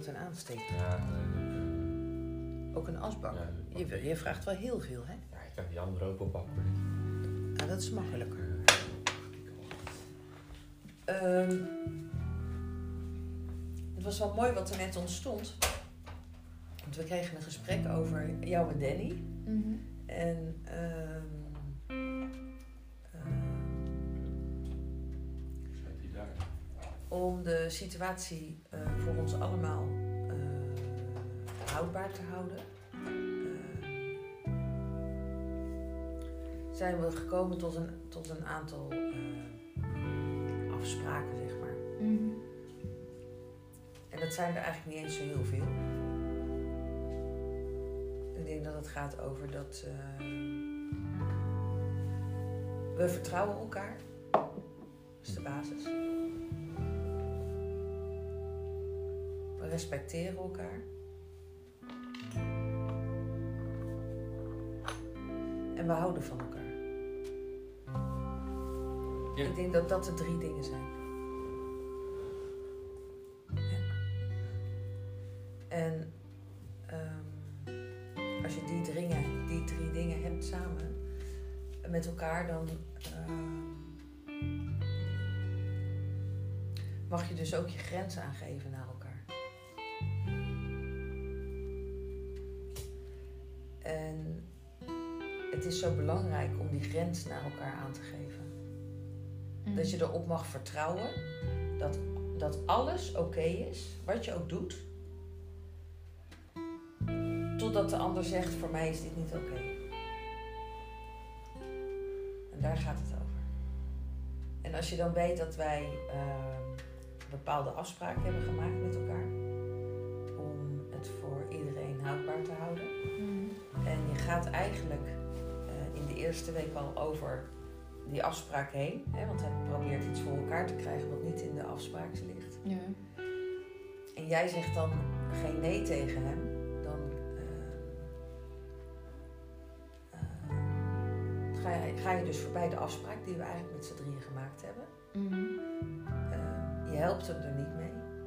het een aansteekt. Ja, Ook een asbak. Ja, Je vraagt wel heel veel, hè? ja, ik kan die andere ook oppakken. Nou, dat is makkelijker. Het was wel mooi wat er net ontstond. Want we kregen een gesprek over jou en Danny. Mhm. En Zit die daar? om de situatie voor ons allemaal houdbaar te houden, zijn we gekomen tot een aantal afspraken, zeg maar. Mhm. En dat zijn er eigenlijk niet eens zo heel veel. Ik denk dat het gaat over dat we vertrouwen elkaar. Dat is de basis. We respecteren elkaar. En we houden van elkaar. Ja. Ik denk dat dat de 3 dingen zijn. Ja. En als je die drie dingen hebt samen met elkaar, dan mag je dus ook je grenzen aangeven naar elkaar. En het is zo belangrijk om die grens naar elkaar aan te geven. Mhm. Dat je erop mag vertrouwen dat alles oké is, wat je ook doet. Totdat de ander zegt, voor mij is dit niet oké. En daar gaat het over. En als je dan weet dat wij bepaalde afspraken hebben gemaakt met elkaar. Om het voor iedereen houdbaar te houden. Mhm. En je gaat eigenlijk in de eerste week al over die afspraak heen. Hè, want hij probeert iets voor elkaar te krijgen wat niet in de afspraak ligt. Ja. En jij zegt dan geen nee tegen hem. Dan ga je dus voorbij de afspraak die we eigenlijk met z'n drieën gemaakt hebben. Mhm. Je helpt hem er niet mee.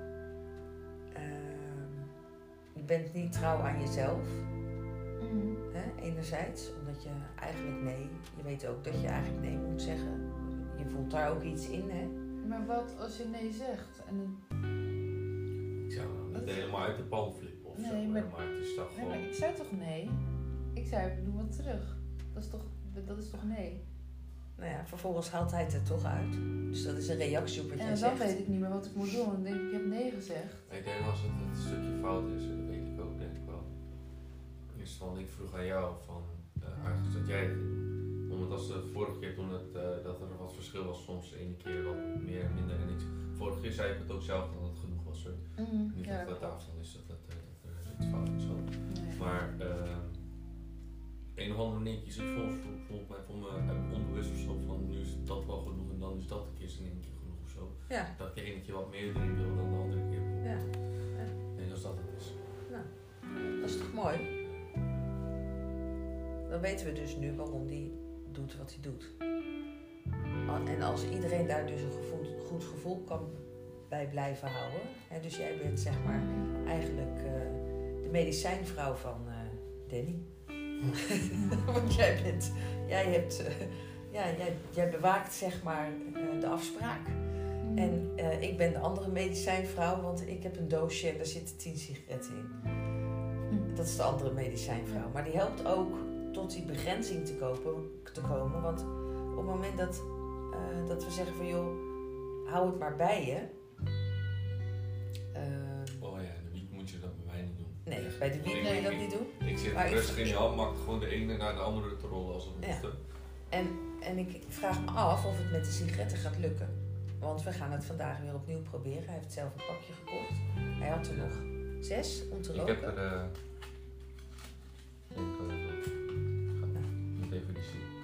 Je bent niet trouw aan jezelf. Mhm. Hè, enerzijds, omdat je eigenlijk je weet ook dat je eigenlijk nee moet zeggen. Je voelt daar ook iets in, hè? Maar wat als je nee zegt? En dan... Ik zou hem niet helemaal uit de pan flippen of Nee, zo. maar- Maar het is toch Nee, maar gewoon... ik zei toch nee? Ik zei, doe wat terug. Dat is toch nee? Nou ja, vervolgens haalt hij het er toch uit. Dus dat is een reactie op wat jij En dan zegt. weet ik niet meer wat ik moet doen. Dan denk ik, ik heb nee gezegd. Ik denk als het een stukje fout is, en dat weet ik ook, denk ik wel. Is van, ik vroeg aan jou van, eigenlijk dat jij, omdat als de vorige keer toen dat er wat verschil was, soms de ene keer wat meer en minder en iets. Vorige keer zei ik het ook zelf dat het genoeg was. Hoor. Niet Ja, dat het klopt. afstand is, dat er iets fout is. Zo. Nee. Maar een of andere manier, ik voel mij voor me onbewust of zo van nu is dat wel genoeg en dan is dat een keer in één keer genoeg of zo. Ja, Dat ik de ene keer wat meer erin wil dan de andere keer. ja. Ik denk als dat het is. Dat is toch mooi? Dan weten we dus nu waarom die doet wat hij doet. En als iedereen daar dus een goed gevoel kan bij blijven houden. Hè, dus jij bent zeg maar eigenlijk de medicijnvrouw van Danny. Want jij bewaakt zeg maar de afspraak. Mhm. En ik ben de andere medicijnvrouw, want ik heb een doosje en daar zitten 10 sigaretten in. Dat is de andere medicijnvrouw. Maar die helpt ook tot die begrenzing te komen. Want op het moment dat we zeggen van joh, hou het maar bij je. Oh ja, de wiet moet je dat bij mij niet doen. Nee, bij de wiet moet je dat niet doen. Ik zit Maar ik- rustig in je hand, maakt gewoon de ene naar de andere te rollen als het Ja. moet. En ik vraag me af of het met de sigaretten gaat lukken. Want we gaan het vandaag weer opnieuw proberen. Hij heeft zelf een pakje gekocht. Hij had er nog 6 om te Ik roken. heb er... Ik moet even die 7,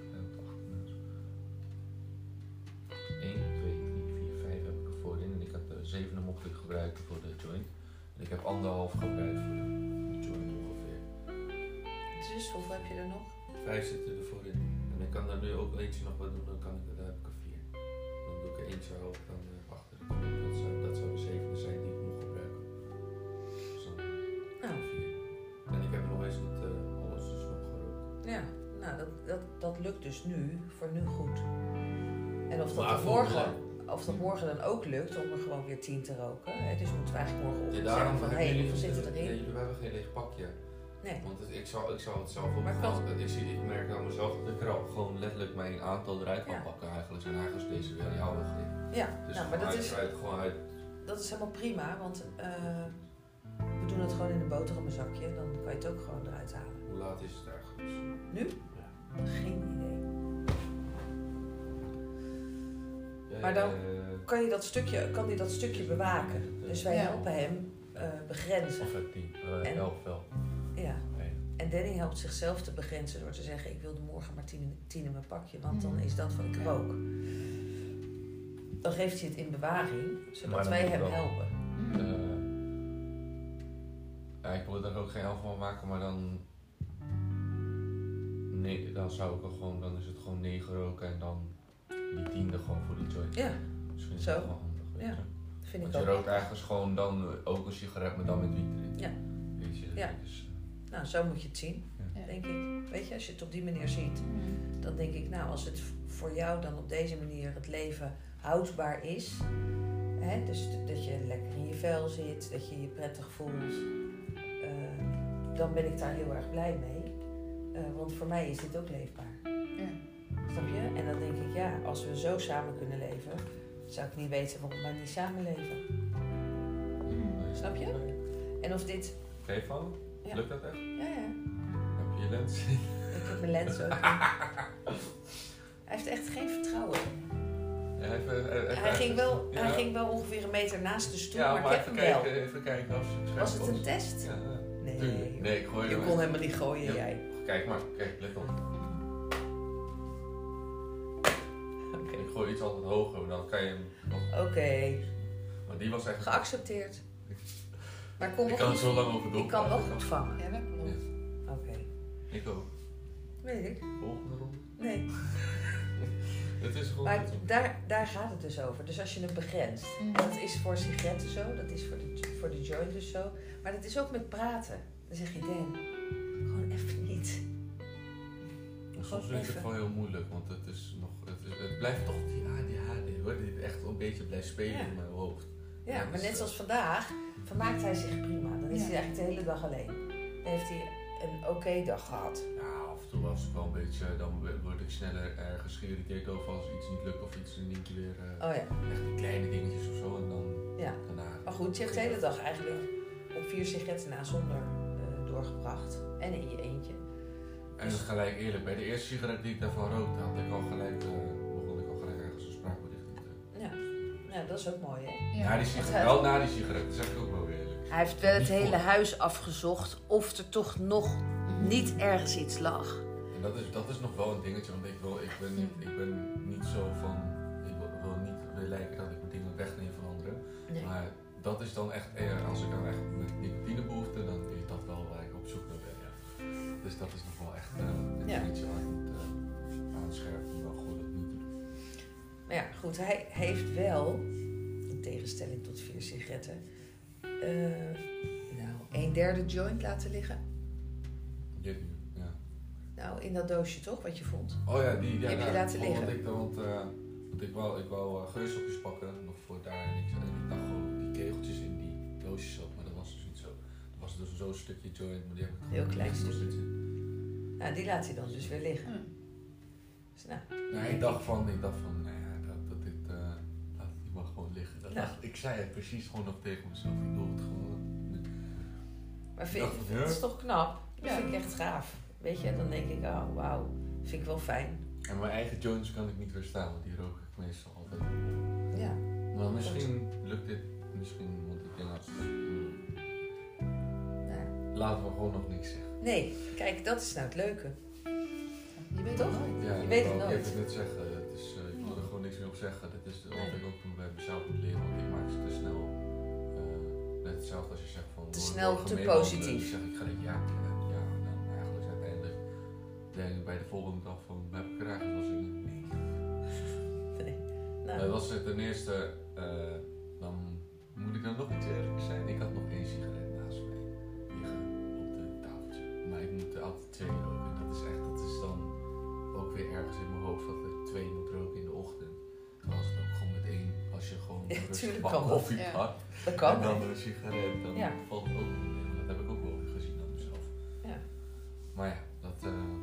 8, 1, 2, 3, 4, 5 heb ik er voorin. En ik heb 7 mocht ik gebruiken voor de joint. En ik heb 1,5 gebruikt voor de joint ongeveer. Dus hoeveel heb je er nog? 5 zitten er voorin. En ik kan daar nu ook eentje nog wat doen, dan heb ik er 4. Dan doe ik er eentje hoog dan achter. Dat zou de 7e zijn die ik moet gebruiken. lukt dus nu, voor nu goed. En of Maar dat, voor morgen dan ook lukt om er gewoon weer 10 te roken. Hè? Dus moeten we eigenlijk morgenochtend daarom zeggen van, hebben hoeveel zitten erin? Nee, we hebben geen leeg pakje. Nee. Want ik zou het zelf ook Maar ik merk aan mezelf dat ik er al gewoon letterlijk mijn aantal eruit kan pakken eigenlijk. En eigenlijk is deze weer jou weggeven. Ja, Dus nou, maar gewoon dat is helemaal prima, want we doen het gewoon in een boterhammenzakje. Dan kan je het ook gewoon eruit halen. Hoe laat is het eigenlijk? Nu? Ja. Geen idee. Ja, Maar dan kan hij dat stukje bewaken. Dus wij helpen hem begrenzen. Of het 10, 11 wel. Ja. En Danny helpt zichzelf te begrenzen door te zeggen, ik wilde morgen maar 10 in mijn pakje, want dan is dat wat ik rook. Dan geeft hij het in bewaring, zodat wij hem helpen. Ik wil er ook geen 11 van maken, maar dan... Nee, dan zou ik er gewoon... Dan is het gewoon 9 roken en dan die 10e gewoon voor die joint. Ja. Dus vind ik Zo. wel handig, weet je. Vind Want ik je ook. rookt eigenlijk gewoon dan ook een sigaret, maar dan met wiet erin. Ja. Weet je, Ja. dus, Nou, zo moet je het zien, Ja. denk ik. Weet je, als je het op die manier ziet, dan denk ik, nou, als het voor jou dan op deze manier het leven houdbaar is, hè, dus dat je lekker in je vel zit, dat je je prettig voelt, dan ben ik daar heel erg blij mee. Want voor mij is dit ook leefbaar. Ja. Snap je? En dan denk ik, ja, als we zo samen kunnen leven, zou ik niet weten waarom wij niet samenleven. Snap je? En of dit... Oké, van? Ja. Lukt dat echt? Ja. Heb je je lens? Ik heb mijn lens ook. Hij heeft echt geen vertrouwen. Ja, Hij ging wel ongeveer een meter naast de stoel, ja, maar ik heb hem wel. Even kijken of ze Was het een test? Ja, Nee. tuurlijk. Nee, ik gooi Je hem kon helemaal niet gooien, Ja. jij. Kijk maar, kijk, let op. Oké. Ik gooi iets altijd hoger, dan kan je hem nog... Oké. Maar die was echt... Geaccepteerd. Maar kom Ik wel kan er goed. zo lang over door. Ik kan wel goed vangen. Ja, dat klopt. Oké. Ik ook. Weet ik. Volgende ronde. Nee. Het is gewoon... Maar daar gaat het dus over. Dus als je het begrenst. En dat is voor sigaretten zo, dat is voor de joint dus zo. Maar dat is ook met praten. Dan zeg je, Dan, gewoon even niet. Soms vind ik het wel heel moeilijk, want het blijft toch die ADHD hoor, die echt een beetje blijft spelen in mijn hoofd. Ja, maar net zoals vandaag vermaakt hij zich prima. Dan is hij eigenlijk de hele dag alleen. Dan heeft hij een oké dag gehad. Ja, af en toe was het wel een beetje, dan word ik sneller ergens geïrriteerd over als iets niet lukt of iets niet weer Oh ja. echt die kleine dingetjes of zo en dan Ja. daarna. Maar goed, je hebt de hele dag eigenlijk op 4 sigaretten na zonder doorgebracht. En in je eentje. En dat gelijk eerlijk, bij de eerste sigaret die ik daarvan rookte, had ik al gelijk, begon ik al gelijk ergens een spraakbericht te... Ja, dat is ook mooi hè. Ja. Na die sigaret, wel na die sigaret, dat zeg ik ook wel weer eerlijk. Hij heeft wel het Niet hele voor. huis afgezocht of er toch nog niet ergens iets lag. En dat is nog wel een dingetje, want ik ben niet zo van, ik wil niet weer lijken dat ik mijn dingen wegneem van anderen. Nee. Maar dat is dan echt, als ik dan echt met nicotinebehoefte, dan is dat wel waar ik op zoek naar ben. Ja. Dus dat is nog wel echt een dingetje waar ik moet aanscherpen om wel goed dat niet te doen. Maar ja, goed, hij heeft wel, in tegenstelling tot 4 sigaretten, 1/3 joint laten liggen. Dit nu, ja. Nou, in dat doosje toch, wat je vond? Oh ja, die heb je laten liggen. Want ik wou geurstokjes pakken, nog voor daar. En ik dacht gewoon die kegeltjes in die doosjes ook, maar dat was dus niet zo. Dat was dus zo'n stukje joint, maar die heb ik Heel klein nog stukje. steeds in. Nou, die laat hij dan dus weer liggen. Dus nou, Nou, ik dacht van, nou ja, dat dit, laat die maar gewoon liggen. Ik zei het precies gewoon nog tegen mezelf, ik doe het gewoon. maar dat is toch knap? Dat vind ik echt gaaf. Weet je, dan denk ik, oh wauw, vind ik wel fijn. En mijn eigen joints kan ik niet weerstaan, want die rook ik meestal altijd. Ja. Maar misschien lukt dit, want ik denk dat... Laten we gewoon nog niks zeggen. Nee, kijk, dat is nou het leuke. Je weet Toch? het nooit. Ja, Je weet het ik nooit. wou even net zeggen, ik wil er gewoon niks meer op zeggen. Dit is wat ik ook bij mezelf moet leren, want ik maak ze te snel. Net hetzelfde als je zegt van... Te snel, te positief. Dan zeg ik gelijk ja, en dan eigenlijk uiteindelijk denk ik bij de volgende dag van, heb ik er eigenlijk wel zin in? Nee. Nou, Dat was ten eerste, dan moet ik dan nog iets eerlijk zijn. Ik had nog 1 sigaret naast mij liggen op de tafeltje. Maar ik moet er altijd 2 roken. Dat is dan ook weer erg Tuurlijk bak kan dat. koffie Ja. pak Dat kan. en dan een sigaret, dan Ja. valt het ook wel mee. Dat heb ik ook wel weer gezien aan mezelf. Ja. Maar ja, dat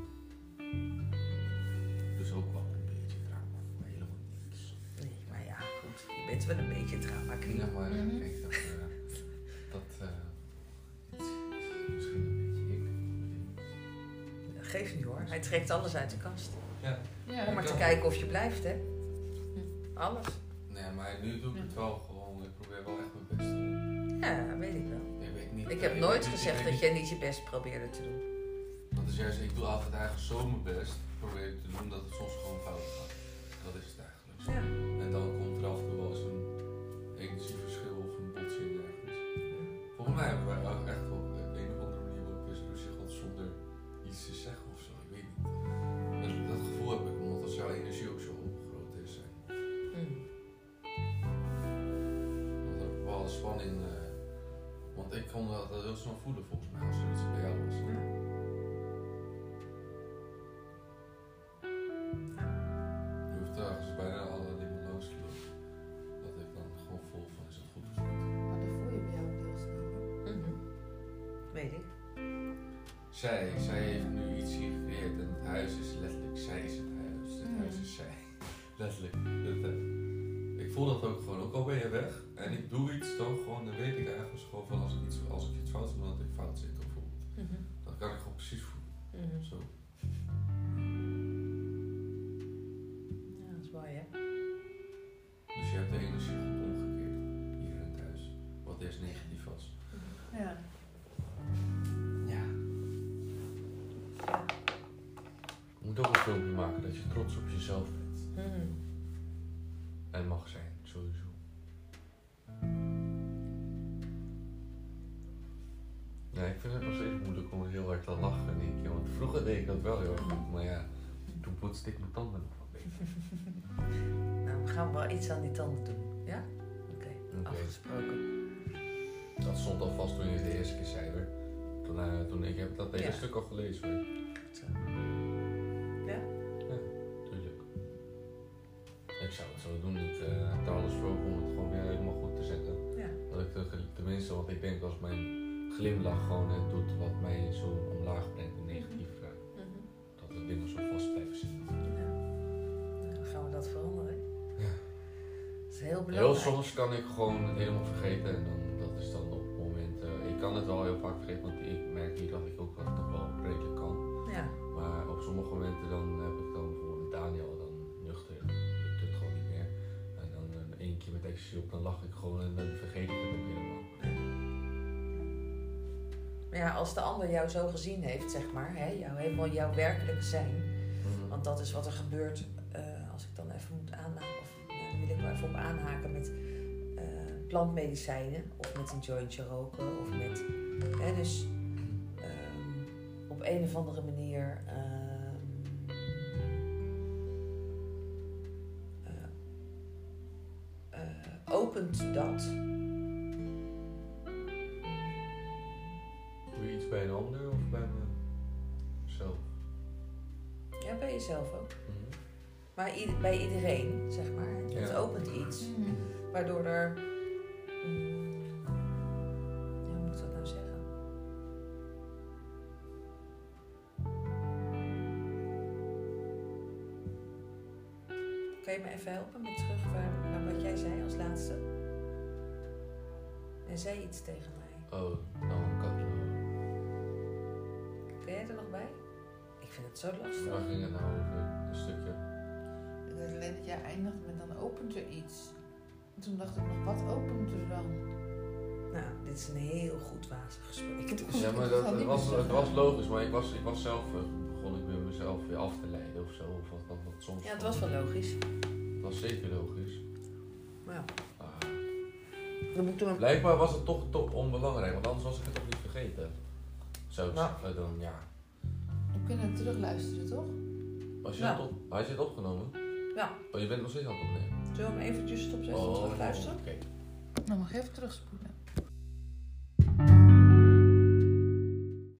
dus ook wel een beetje drama, maar helemaal niks. Nee, maar ja, goed. Je bent wel een beetje drama queen. Ja, maar Mhm. kijk, dat is misschien een beetje ik. Geeft niet hoor. Hij trekt alles uit de kast. Ja. Ja. Om maar te Ja. kijken of je blijft, hè. Alles. Nee, maar nu doe ik het wel gewoon. Ik probeer wel echt mijn best te doen. Ja, weet ik wel. Ik weet niet. Ik heb nooit gezegd dat jij niet je best probeerde te doen. Dat is juist, ik doe altijd eigenlijk zo mijn best. Probeer ik te doen dat het soms gewoon fout gaat. Dat is het eigenlijk. Ja. En dan komt er af en toe wel eens een energieverschil of een botsing ergens. Volgens mij hebben wij ook echt op een of andere manier ook eens ruzie gehad zonder iets te zeggen of zo. Ik weet niet. Dat gevoel heb ik omdat als jouw energie ook zo groot is. Mm. Dat er bepaalde spanning. Want ik kon dat heel snel voelen volgens mij als er iets bij jou was. Je hoeft ergens bijna alle dingen langs te lopen. Dat ik dan gewoon vol van is het goed of niet. Maar dat voel je bij jou deels niet. Mhm. Weet ik. Zij heeft nu iets hier gecreëerd en het huis is letterlijk, zij is het huis. Het huis is zij. Letterlijk. Ik voel dat ook gewoon, ook al ben je weg en ik doe iets, dan gewoon, dan weet ik ergens gewoon van als ik iets fout doe, dat ik fout zit bijvoorbeeld. Mhm. Dat kan ik gewoon precies voelen. Mhm. Zo. Ja, dat is mooi, hè. Dus je hebt de energie goed omgekeerd hier in het huis. Wat eerst negatief was. Ja. Ja. Je moet ook een filmpje maken dat je trots op jezelf bent. Mhm. En mag zijn, sowieso. Ja, ik vind het nog steeds moeilijk om heel hard te lachen in één keer. Want vroeger deed ik dat wel heel erg goed, maar ja, toen poetste ik mijn tanden nog een beetje. Nou, we gaan wel iets aan die tanden doen. Ja? Oké, Oké. afgesproken. Dat stond al vast toen je het de eerste keer zei hoor. Toen ik heb dat hele Ja. stuk al gelezen hoor. Zo. Ja? Ja, tuurlijk. Ik zou het zo doen, ik heb er alles voor over om het gewoon weer helemaal goed te zetten. Ja. Dat ik tenminste, want ik denk als mijn glimlach gewoon het doet wat mij zo omlaag brengt in negatieve vraag. Mhm. Dat de dingen zo vast blijven zitten. Ja. Nou, dan gaan we dat veranderen. Ja. Dat is heel Heel belangrijk. soms kan ik gewoon het helemaal vergeten en dan, dat is dan op momenten. Ik kan het wel heel vaak vergeten, want ik merk hier dat ik ook wat nog wel redelijk kan. Ja. Maar op sommige momenten dan heb ik dan bijvoorbeeld met Daniel dan nuchter, lukt het gewoon niet meer. En dan één keer met ecstasy op, dan lach ik gewoon en dan vergeet ik het ook helemaal. Maar ja, als de ander jou zo gezien heeft, zeg maar, hè, helemaal jouw werkelijke zijn. Want dat is wat er gebeurt als ik dan even moet aanhaken. Of ja, dan wil ik wel even op aanhaken met plantmedicijnen. Of met een jointje roken. Of met... Hè, dus op een of andere manier... opent dat. Doe je iets bij een ander of bij mezelf? Ja, bij jezelf ook. Maar bij iedereen, zeg maar. Het Ja. opent iets. Waardoor er... ja, hoe moet ik dat nou zeggen? Kan je me even helpen met terug naar wat jij zei als laatste? Jij zei iets tegen mij. Oh, nou kan het wel. Ben jij er nog bij? Ik vind het zo lastig. Waar ging het nou over? Een stukje. Ik dacht alleen dat jij eindigt met dan opent er iets. En toen dacht ik nog, wat opent er dan? Nou, dit is een heel goed wazig gesprek. Dus. Ja, maar het was logisch, maar ik was zelf, begon ik weer mezelf weer af te leiden of zo. Of wat soms. Ja, het was wel logisch. Het was zeker logisch. Maar ja, Ah. dan moet ik doen. Blijkbaar was het toch onbelangrijk, want anders was ik het toch niet vergeten. Zou ik Nou. zeggen, dan ja. We kunnen het terugluisteren, toch? Had je het opgenomen? Ja. Oh, je bent nog steeds aan het opnemen? Zullen we hem eventjes stopzetten? Oh, Terugluisteren? oké. Dan mag je even terugspoelen.